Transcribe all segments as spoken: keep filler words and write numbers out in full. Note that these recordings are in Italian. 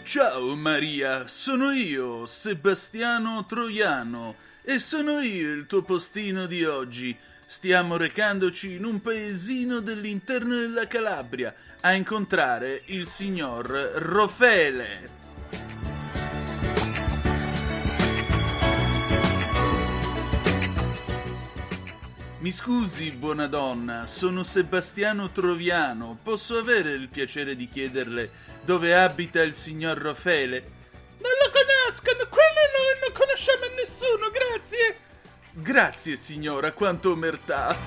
Ciao Maria, sono io, Sebastiano Troiano, e sono io il tuo postino di oggi. Stiamo recandoci in un paesino dell'interno della Calabria a incontrare il signor Rofele. Mi scusi, buona donna, sono Sebastiano Troviano. Posso avere il piacere di chiederle dove abita il signor Rofele? Non lo conoscono, quello noi non conosciamo nessuno, grazie. Grazie, signora, quanto omertà.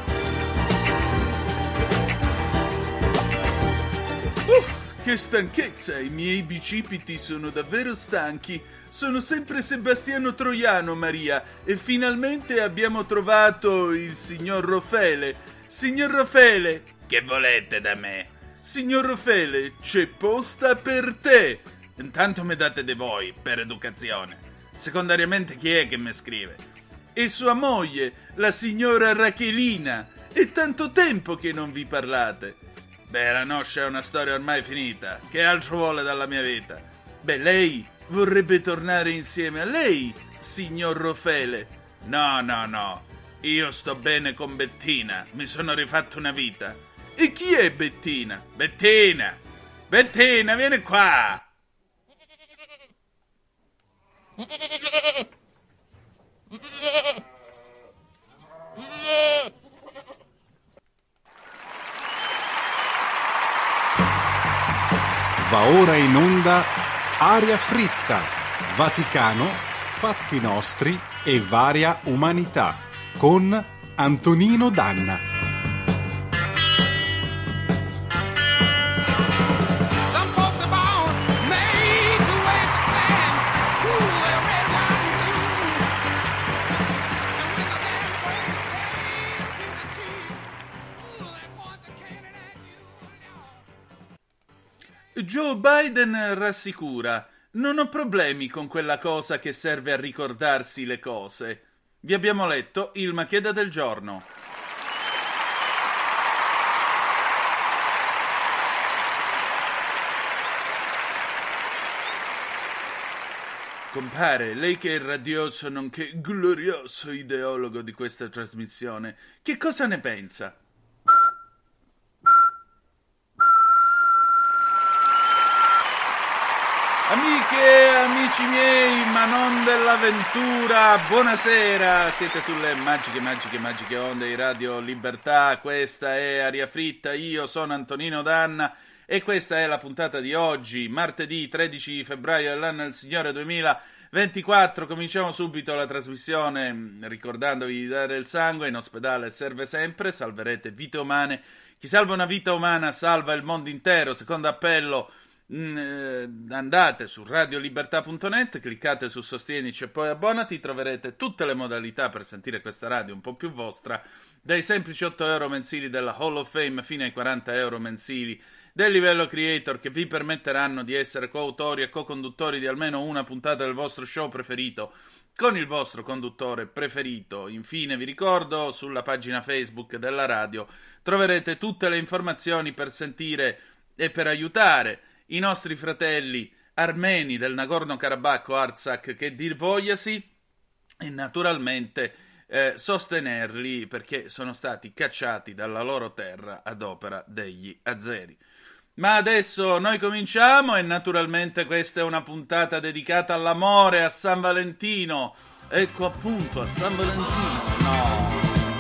Uh, che stanchezza, i miei bicipiti sono davvero stanchi. Sono sempre Sebastiano Troiano, Maria, e finalmente abbiamo trovato il signor Rofele. Signor Rofele, che volete da me? Signor Rofele, c'è posta per te. Intanto mi date di voi, per educazione. Secondariamente, chi è che mi scrive? E sua moglie, la signora Rachelina. È tanto tempo che non vi parlate. Beh, la nostra è una storia ormai finita. Che altro vuole dalla mia vita? Beh, lei vorrebbe tornare insieme a lei, signor Rofele. No, no, no. Io sto bene con Bettina. Mi sono rifatto una vita. E chi è Bettina? Bettina! Bettina, vieni qua! Va ora in onda Aria fritta, Vaticano, fatti nostri e varia umanità, con Antonino Danna. Joe Biden rassicura: non ho problemi con quella cosa che serve a ricordarsi le cose. Vi abbiamo letto il Macheda del giorno. Compare, lei che è il radioso nonché glorioso ideologo di questa trasmissione, che cosa ne pensa? Amiche, amici miei, ma non dell'avventura, buonasera, siete sulle magiche, magiche, magiche onde di Radio Libertà, questa è Aria Fritta, io sono Antonino Danna e questa è la puntata di oggi, martedì tredici febbraio dell'anno del Signore duemilaventiquattro, cominciamo subito la trasmissione ricordandovi di dare il sangue, in ospedale serve sempre, salverete vite umane, chi salva una vita umana salva il mondo intero, secondo appello. Andate su radiolibertà punto net, cliccate su Sostienici e poi abbonati, troverete tutte le modalità per sentire questa radio un po' più vostra, dai semplici otto euro mensili della Hall of Fame fino ai quaranta euro mensili del livello creator, che vi permetteranno di essere coautori e co-conduttori di almeno una puntata del vostro show preferito con il vostro conduttore preferito. Infine vi ricordo, sulla pagina Facebook della radio troverete tutte le informazioni per sentire e per aiutare i nostri fratelli armeni del Nagorno-Karabakh Artsakh, che dir vogliasi, e naturalmente eh, sostenerli perché sono stati cacciati dalla loro terra ad opera degli azeri. Ma adesso noi cominciamo e naturalmente questa è una puntata dedicata all'amore, a San Valentino. Ecco appunto, a San Valentino, no...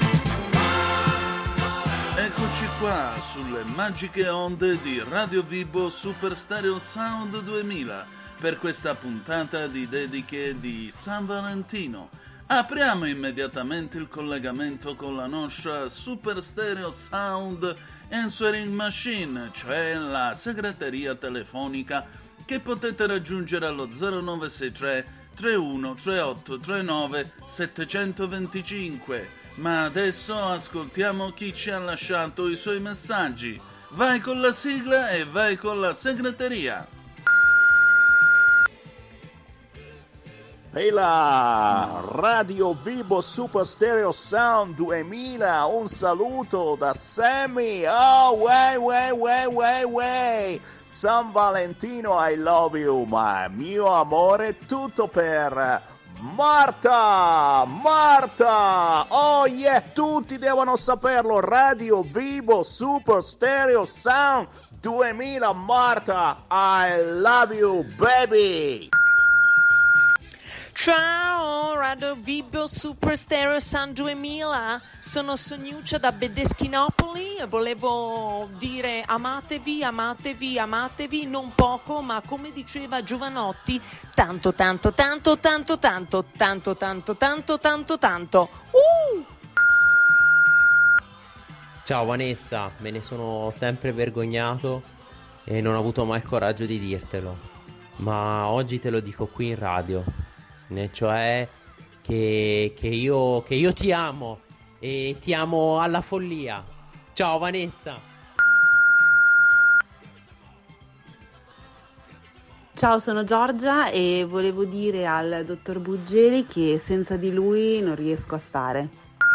Eccoci qua sulle magiche onde di Radio Vibo Super Stereo Sound duemila per questa puntata di dediche di San Valentino. Apriamo immediatamente il collegamento con la nostra Super Stereo Sound Answering Machine, cioè la segreteria telefonica che potete raggiungere allo zero nove sei tre tre uno tre otto tre nove sette due cinque. Ma adesso ascoltiamo chi ci ha lasciato i suoi messaggi. Vai con la sigla e vai con la segreteria. Ehi là, Radio Vibo Super Stereo Sound duemila, un saluto da Sammy, oh way way way way way, San Valentino I love you, ma mio amore tutto per Marta, Marta, oh yeah, tutti devono saperlo, Radio Vibo Super Stereo Sound duemila, Marta, I love you baby. Ciao, Radio Vibo Super Stereo Sound duemila, sono Sognuccia da Bedeschinopoli e volevo dire amatevi, amatevi, amatevi, non poco, ma come diceva Giovanotti, tanto, tanto, tanto, tanto, tanto, tanto, tanto, tanto, tanto, tanto. Uh! Ciao Vanessa, me ne sono sempre vergognato e non ho avuto mai il coraggio di dirtelo, ma oggi te lo dico qui in radio. Cioè che, che, io, che io ti amo e ti amo alla follia. Ciao Vanessa. Ciao, sono Giorgia e volevo dire al dottor Buggeri che senza di lui non riesco a stare.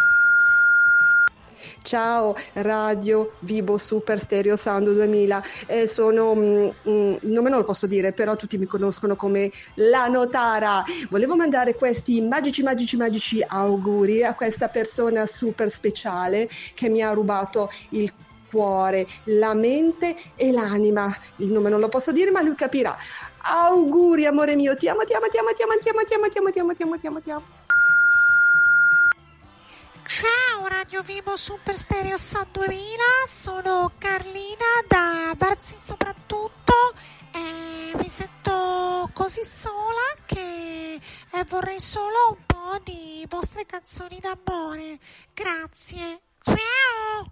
Ciao Radio Vibo Super Stereo Sound duemila, eh, sono, mm, mm, nome non lo posso dire, però tutti mi conoscono come la Notara. Volevo mandare questi magici magici magici auguri a questa persona super speciale che mi ha rubato il cuore, la mente e l'anima. Il nome non lo posso dire, ma lui capirà. Auguri amore mio, ti amo, ti amo, ti amo, ti amo, ti amo, ti amo, ti amo, ti amo, ti amo, ti amo, ti amo. Ciao Radio Vibo Super Stereo Sound duemila, sono Carlina da Barzi soprattutto e mi sento così sola che eh, vorrei solo un po' di vostre canzoni d'amore. Grazie. Ciao.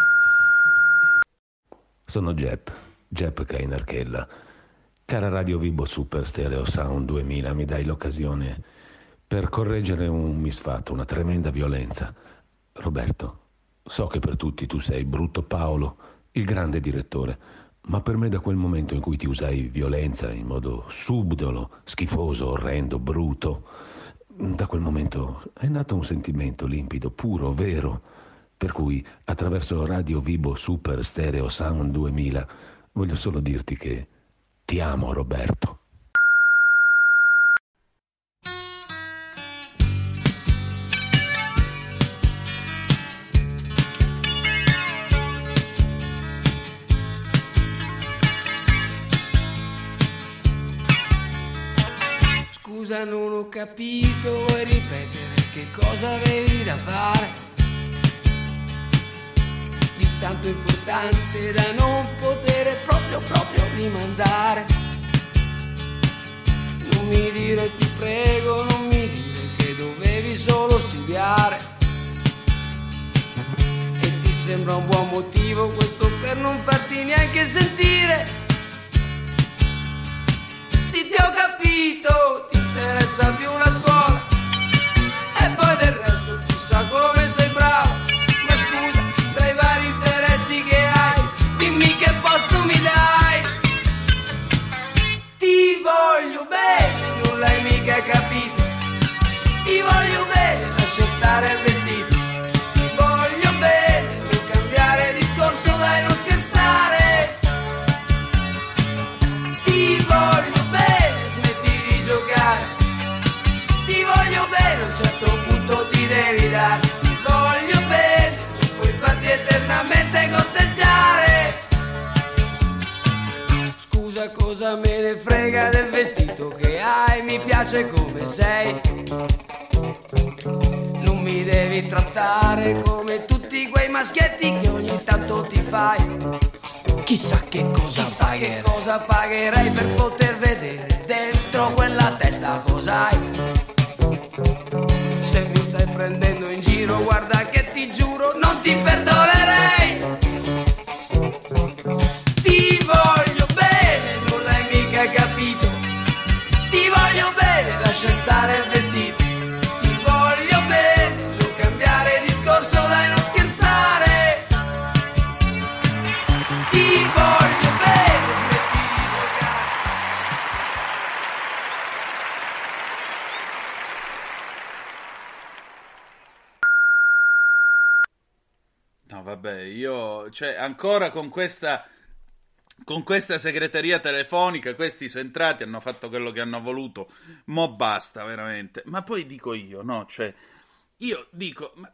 Sono Jep, Jep Kainarchella. Cara Radio Vibo Super Stereo Sound duemila, mi dai l'occasione per correggere un misfatto, una tremenda violenza. Roberto, so che per tutti tu sei Brutto Paolo, il grande direttore, ma per me da quel momento in cui ti usai violenza in modo subdolo, schifoso, orrendo, bruto, da quel momento è nato un sentimento limpido, puro, vero, per cui attraverso Radio Vibo Super Stereo Sound duemila voglio solo dirti che ti amo, Roberto. Scusa, non ho capito, vuoi ripetere che cosa avevi da fare? Di tanto importante da non poter proprio proprio rimandare. Non mi dire, ti prego, non mi dire che dovevi solo studiare. E ti sembra un buon motivo questo per non farti neanche sentire? Sì, ti ho capito, ti interessa più la scuola e poi del resto chissà come sei bravo. Ma scusa, tra i vari interessi che hai, dimmi che posto mi dai. Ti voglio bene, non l'hai mica capito. Ti voglio bene, lascia stare il vestito. Ti voglio bene, non cambiare discorso, dai, non scherzare. Ti voglio bene, smetti di giocare. Ti voglio bene, a un certo punto ti devi dare. Ti voglio bene, non puoi farti eternamente corteggiare. Scusa, cosa me ne frega del vestito che hai, mi piace come sei. Non mi devi trattare come tutti quei maschietti che ogni tanto ti fai. Chissà che cosa Chissà pagherei. che cosa pagherei per poter vedere dentro quella testa cos'hai. Se mi stai prendendo in giro, guarda che ti giuro non ti perdonerei. Ti voglio bene, non l'hai mica capito. Ti voglio bene, lascia stare il vestito. Ti voglio bene, non cambiare discorso, dai, non scherzare. Ti voglio bene, smetti di giocare. vabbè, io, cioè, ancora con questa, con questa segreteria telefonica, questi sono entrati, hanno fatto quello che hanno voluto, mo basta, veramente. Ma poi dico io, no, cioè, io dico, ma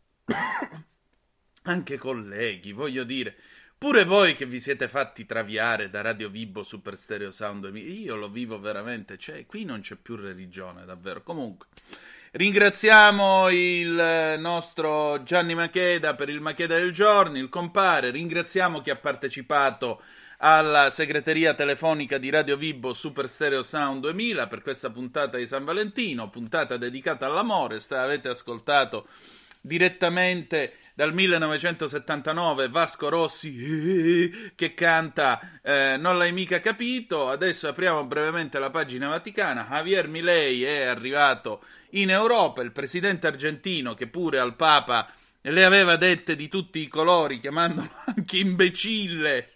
anche colleghi, voglio dire, pure voi che vi siete fatti traviare da Radio Vibo Super Stereo Sound duemila, io lo vivo veramente, cioè, qui non c'è più religione, davvero. Comunque, ringraziamo il nostro Gianni Macheda per il Macheda del giorno, il compare, ringraziamo chi ha partecipato alla segreteria telefonica di Radio Vibo Super Stereo Sound duemila per questa puntata di San Valentino, puntata dedicata all'amore. Avete ascoltato direttamente dal millenovecentosettantanove Vasco Rossi eh, che canta eh, Non l'hai mica capito. Adesso apriamo brevemente la pagina vaticana. Javier Milei è arrivato in Europa, il presidente argentino che pure al Papa le aveva dette di tutti i colori, chiamandolo anche imbecille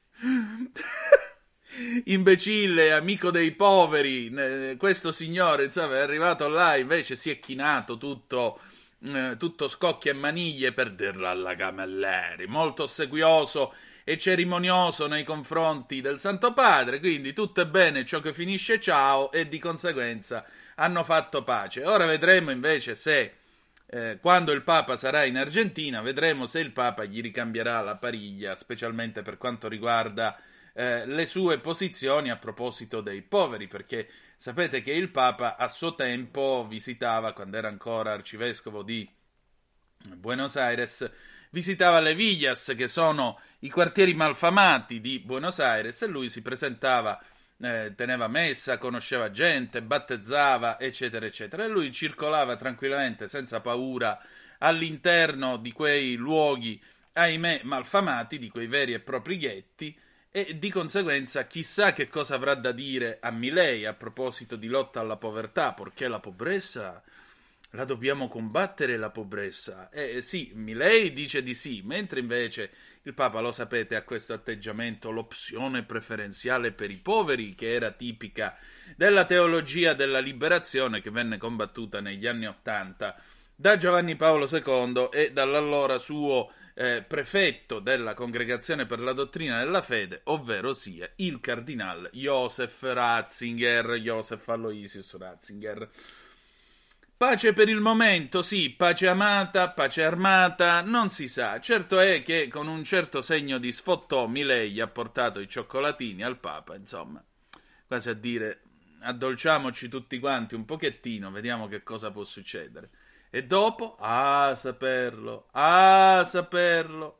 imbecille, amico dei poveri. Questo signore, insomma, è arrivato là, invece si è chinato tutto eh, tutto scocchi e maniglie, per dirla alla Camilleri, molto ossequioso e cerimonioso nei confronti del Santo Padre, quindi tutto è bene ciò che finisce ciao, e di conseguenza hanno fatto pace. Ora vedremo invece se eh, quando il Papa sarà in Argentina, vedremo se il Papa gli ricambierà la pariglia, specialmente per quanto riguarda eh, le sue posizioni a proposito dei poveri, perché sapete che il Papa a suo tempo visitava, quando era ancora arcivescovo di Buenos Aires, visitava le villas, che sono i quartieri malfamati di Buenos Aires, e lui si presentava, eh, teneva messa, conosceva gente, battezzava, eccetera, eccetera. E lui circolava tranquillamente, senza paura, all'interno di quei luoghi, ahimè, malfamati, di quei veri e propri ghetti, e di conseguenza chissà che cosa avrà da dire a Milei a proposito di lotta alla povertà, perché la pobrezza la dobbiamo combattere, la pobrezza. Eh sì, Milei dice di sì, mentre invece il Papa, lo sapete, ha questo atteggiamento, l'opzione preferenziale per i poveri, che era tipica della teologia della liberazione, che venne combattuta negli anni Ottanta da Giovanni Paolo secondo e dall'allora suo eh, prefetto della Congregazione per la Dottrina della Fede, ovvero sia il cardinal Joseph Ratzinger, Joseph Aloysius Ratzinger. Pace per il momento, sì, pace amata, pace armata, non si sa. Certo è che con un certo segno di sfottò Milei ha portato i cioccolatini al Papa, insomma, quasi a dire addolciamoci tutti quanti un pochettino, vediamo che cosa può succedere. E dopo, ah, saperlo, ah, saperlo.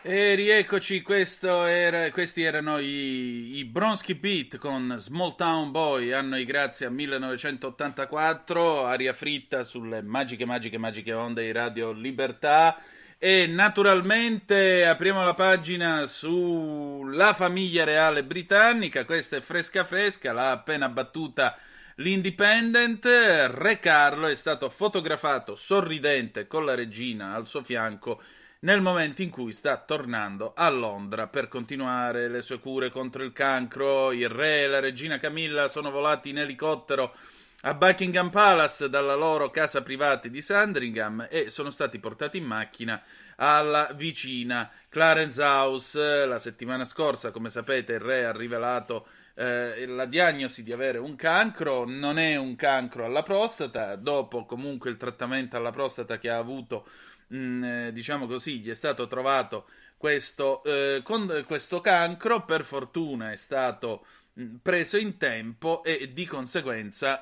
E rieccoci, questo era, questi erano i, i Bronski Beat con Small Town Boy, anno di grazia millenovecentottantaquattro, aria fritta sulle magiche, magiche, magiche onde di Radio Libertà. E naturalmente apriamo la pagina sulla famiglia reale britannica, questa è fresca fresca, l'ha appena battuta l'Independent. Re Carlo è stato fotografato sorridente con la regina al suo fianco nel momento in cui sta tornando a Londra per continuare le sue cure contro il cancro. Il re e la regina Camilla sono volati in elicottero a Buckingham Palace dalla loro casa privata di Sandringham e sono stati portati in macchina alla vicina Clarence House. La settimana scorsa, come sapete, il re ha rivelato eh, la diagnosi di avere un cancro. Non è un cancro alla prostata, dopo comunque il trattamento alla prostata che ha avuto, mh, diciamo così, gli è stato trovato questo, eh, con questo cancro. Per fortuna è stato preso in tempo e di conseguenza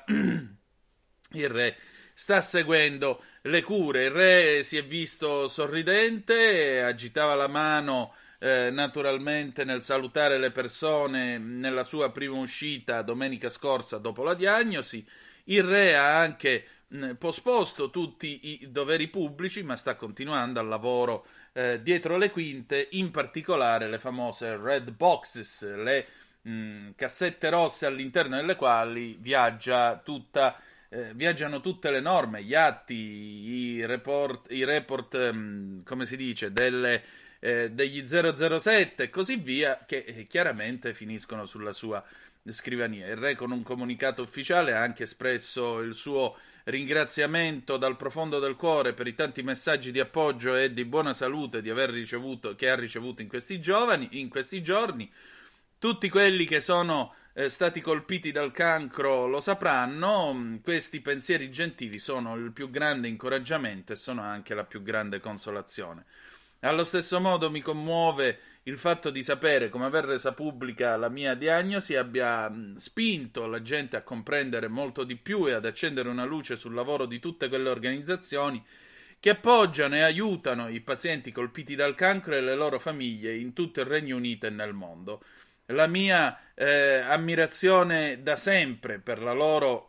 il re sta seguendo le cure. Il re si è visto sorridente, agitava la mano eh, naturalmente nel salutare le persone nella sua prima uscita domenica scorsa dopo la diagnosi. Il re ha anche mh, posposto tutti i doveri pubblici, ma sta continuando al lavoro eh, dietro le quinte, in particolare le famose red boxes, le mh, cassette rosse all'interno delle quali viaggia tutta Eh, viaggiano tutte le norme, gli atti, i report, i report mh, come si dice, delle, eh, degli zero zero sette e così via, che eh, chiaramente finiscono sulla sua scrivania. Il re, con un comunicato ufficiale, ha anche espresso il suo ringraziamento dal profondo del cuore per i tanti messaggi di appoggio e di buona salute di aver ricevuto, che ha ricevuto in questi giovani, in questi giorni. Tutti quelli che sono eh, stati colpiti dal cancro lo sapranno. Questi pensieri gentili sono il più grande incoraggiamento e sono anche la più grande consolazione. Allo stesso modo mi commuove il fatto di sapere come aver resa pubblica la mia diagnosi abbia mh, spinto la gente a comprendere molto di più e ad accendere una luce sul lavoro di tutte quelle organizzazioni che appoggiano e aiutano i pazienti colpiti dal cancro e le loro famiglie in tutto il Regno Unito e nel mondo. La mia eh, ammirazione da sempre per la loro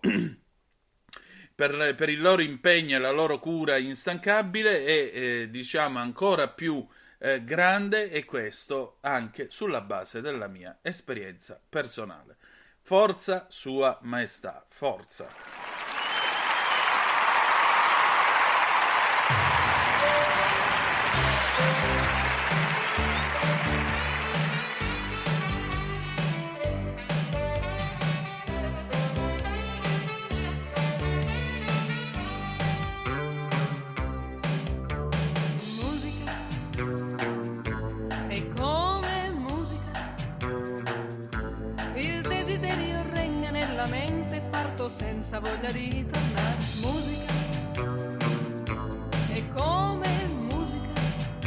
per, le, per il loro impegno e la loro cura instancabile è eh, diciamo ancora più eh, grande, e questo anche sulla base della mia esperienza personale. Forza Sua Maestà, forza! Senza voglia di tornare. Musica è come musica,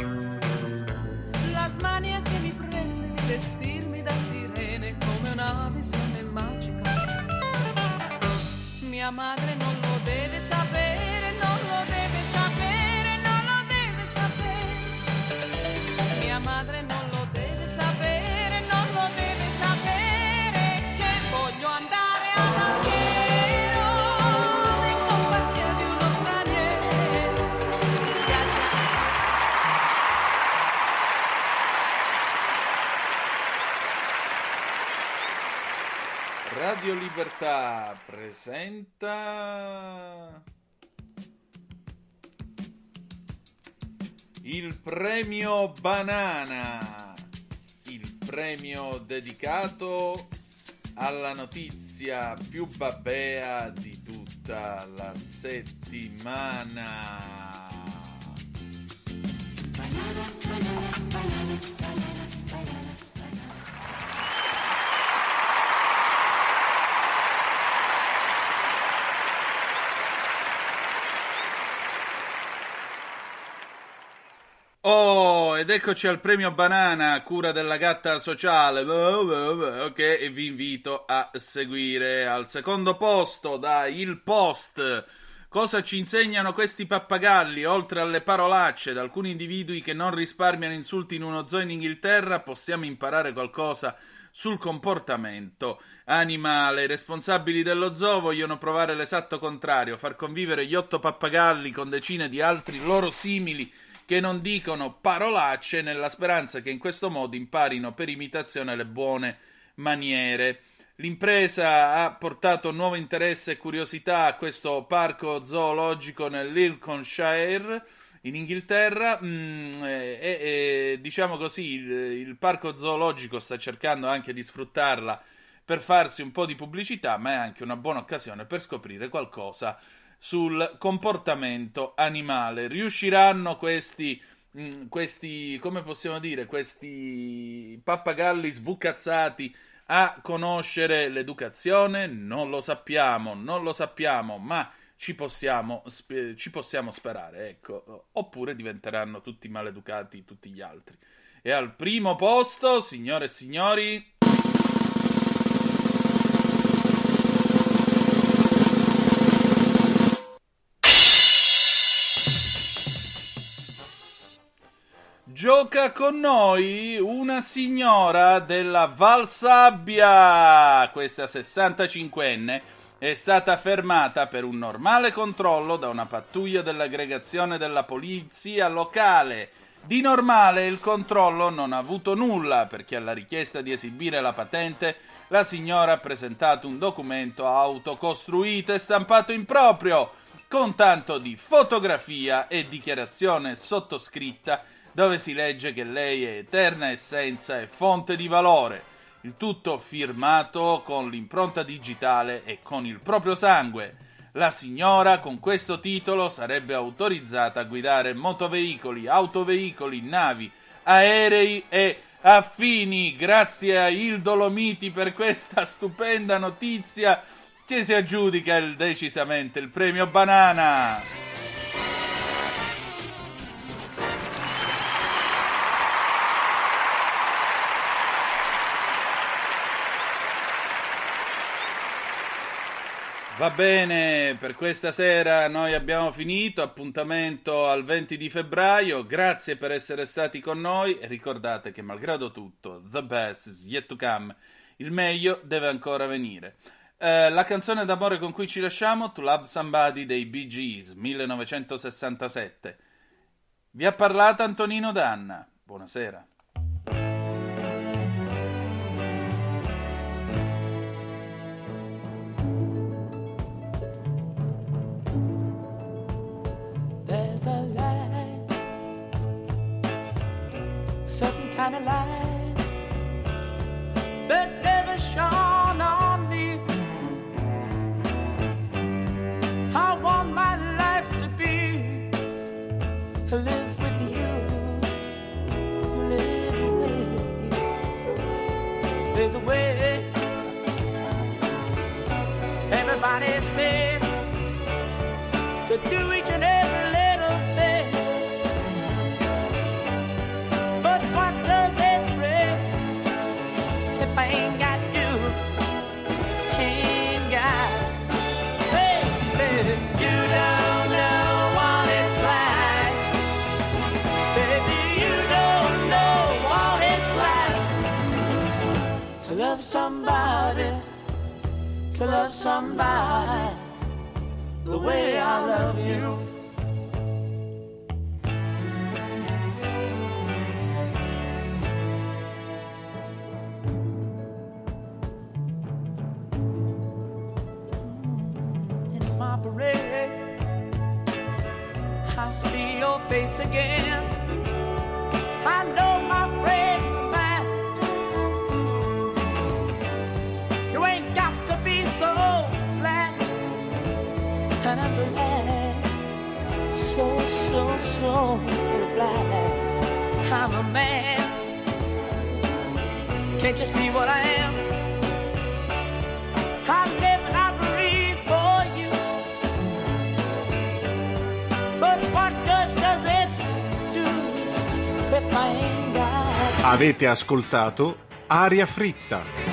la smania che mi prende di vestirmi da sirene come una visione magica. Mia madre non lo deve sapere, non lo deve sapere, non lo deve sapere. Mia madre non lo deve sapere, non lo deve sapere che voglio andare ad Alghero. Radio Libertà presenta il premio Banana, il premio dedicato alla notizia più babbea di tutta la settimana. Banana, banana, banana, banana, banana. Oh, ed eccoci al premio Banana a cura della gatta sociale, ok, e vi invito a seguire. Al secondo posto da Il Post Cosa ci insegnano questi pappagalli? Oltre alle parolacce da alcuni individui che non risparmiano insulti in uno zoo in Inghilterra, possiamo imparare qualcosa sul comportamento animale. I responsabili dello zoo vogliono provare l'esatto contrario, far convivere gli otto pappagalli con decine di altri loro simili che non dicono parolacce, nella speranza che in questo modo imparino per imitazione le buone maniere. L'impresa ha portato nuovo interesse e curiosità a questo parco zoologico nel Lincolnshire in Inghilterra, mm, e, e diciamo così il, il parco zoologico sta cercando anche di sfruttarla per farsi un po' di pubblicità, ma è anche una buona occasione per scoprire qualcosa sul comportamento animale. Riusciranno questi, mh, questi, come possiamo dire, questi pappagalli sbucazzati a conoscere l'educazione? Non lo sappiamo, non lo sappiamo, ma ci possiamo, sp- ci possiamo sperare, ecco. Oppure diventeranno tutti maleducati tutti gli altri. E al primo posto, signore e signori... Gioca con noi una signora della Valsabbia. Questa sessantacinquenne è stata fermata per un normale controllo da una pattuglia dell'aggregazione della polizia locale. Di normale il controllo non ha avuto nulla, perché alla richiesta di esibire la patente la signora ha presentato un documento autocostruito e stampato in proprio, con tanto di fotografia e dichiarazione sottoscritta dove si legge che lei è eterna essenza e fonte di valore, il tutto firmato con l'impronta digitale e con il proprio sangue. La signora con questo titolo sarebbe autorizzata a guidare motoveicoli, autoveicoli, navi, aerei e affini. Grazie a Il Dolomiti per questa stupenda notizia che si aggiudica il, decisamente il premio Banana. Va bene, per questa sera noi abbiamo finito, appuntamento al venti di febbraio, grazie per essere stati con noi e ricordate che malgrado tutto, the best is yet to come, il meglio deve ancora venire. Eh, la canzone d'amore con cui ci lasciamo, To Love Somebody dei Bee Gees, millenovecentosessantasette. Vi ha parlato Antonino Danna, buonasera. There's a light, a certain kind of light that never shone on me. I want my life to be, live with you, live with you. There's a way, everybody says, to do each and every little thing. But what does it bring if I ain't got you? Ain't got, baby, you don't know what it's like. Baby, you don't know what it's like to love somebody, to love somebody the way I love you. In my parade, I see your face again. I know my friend of mine. You ain't got to be so glad. And I'm glad, so, so, so glad I'm a man. Can't you see what I am? I live and I breathe for you. But what good does it do if I ain't got... Avete ascoltato Aria Fritta.